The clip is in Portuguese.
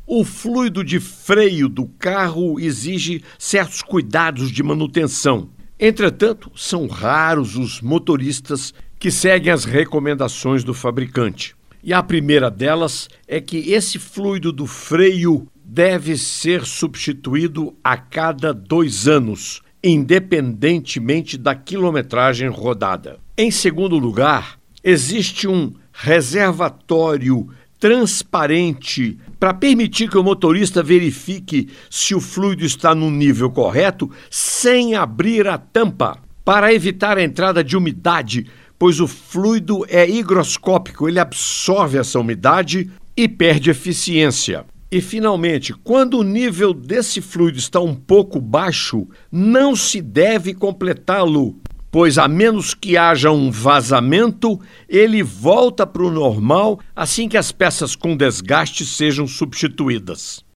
O fluido de freio do carro exige certos cuidados de manutenção. Entretanto, são raros os motoristas que seguem as recomendações do fabricante. E a primeira delas é que esse fluido do freio deve ser substituído a cada 2 anos, independentemente da quilometragem rodada. Em segundo lugar, existe um reservatório transparente para permitir que o motorista verifique se o fluido está no nível correto sem abrir a tampa, para evitar a entrada de umidade, pois o fluido é higroscópico, ele absorve essa umidade e perde eficiência. E, finalmente, quando o nível desse fluido está um pouco baixo, não se deve completá-lo, pois a menos que haja um vazamento, ele volta para o normal assim que as peças com desgaste sejam substituídas.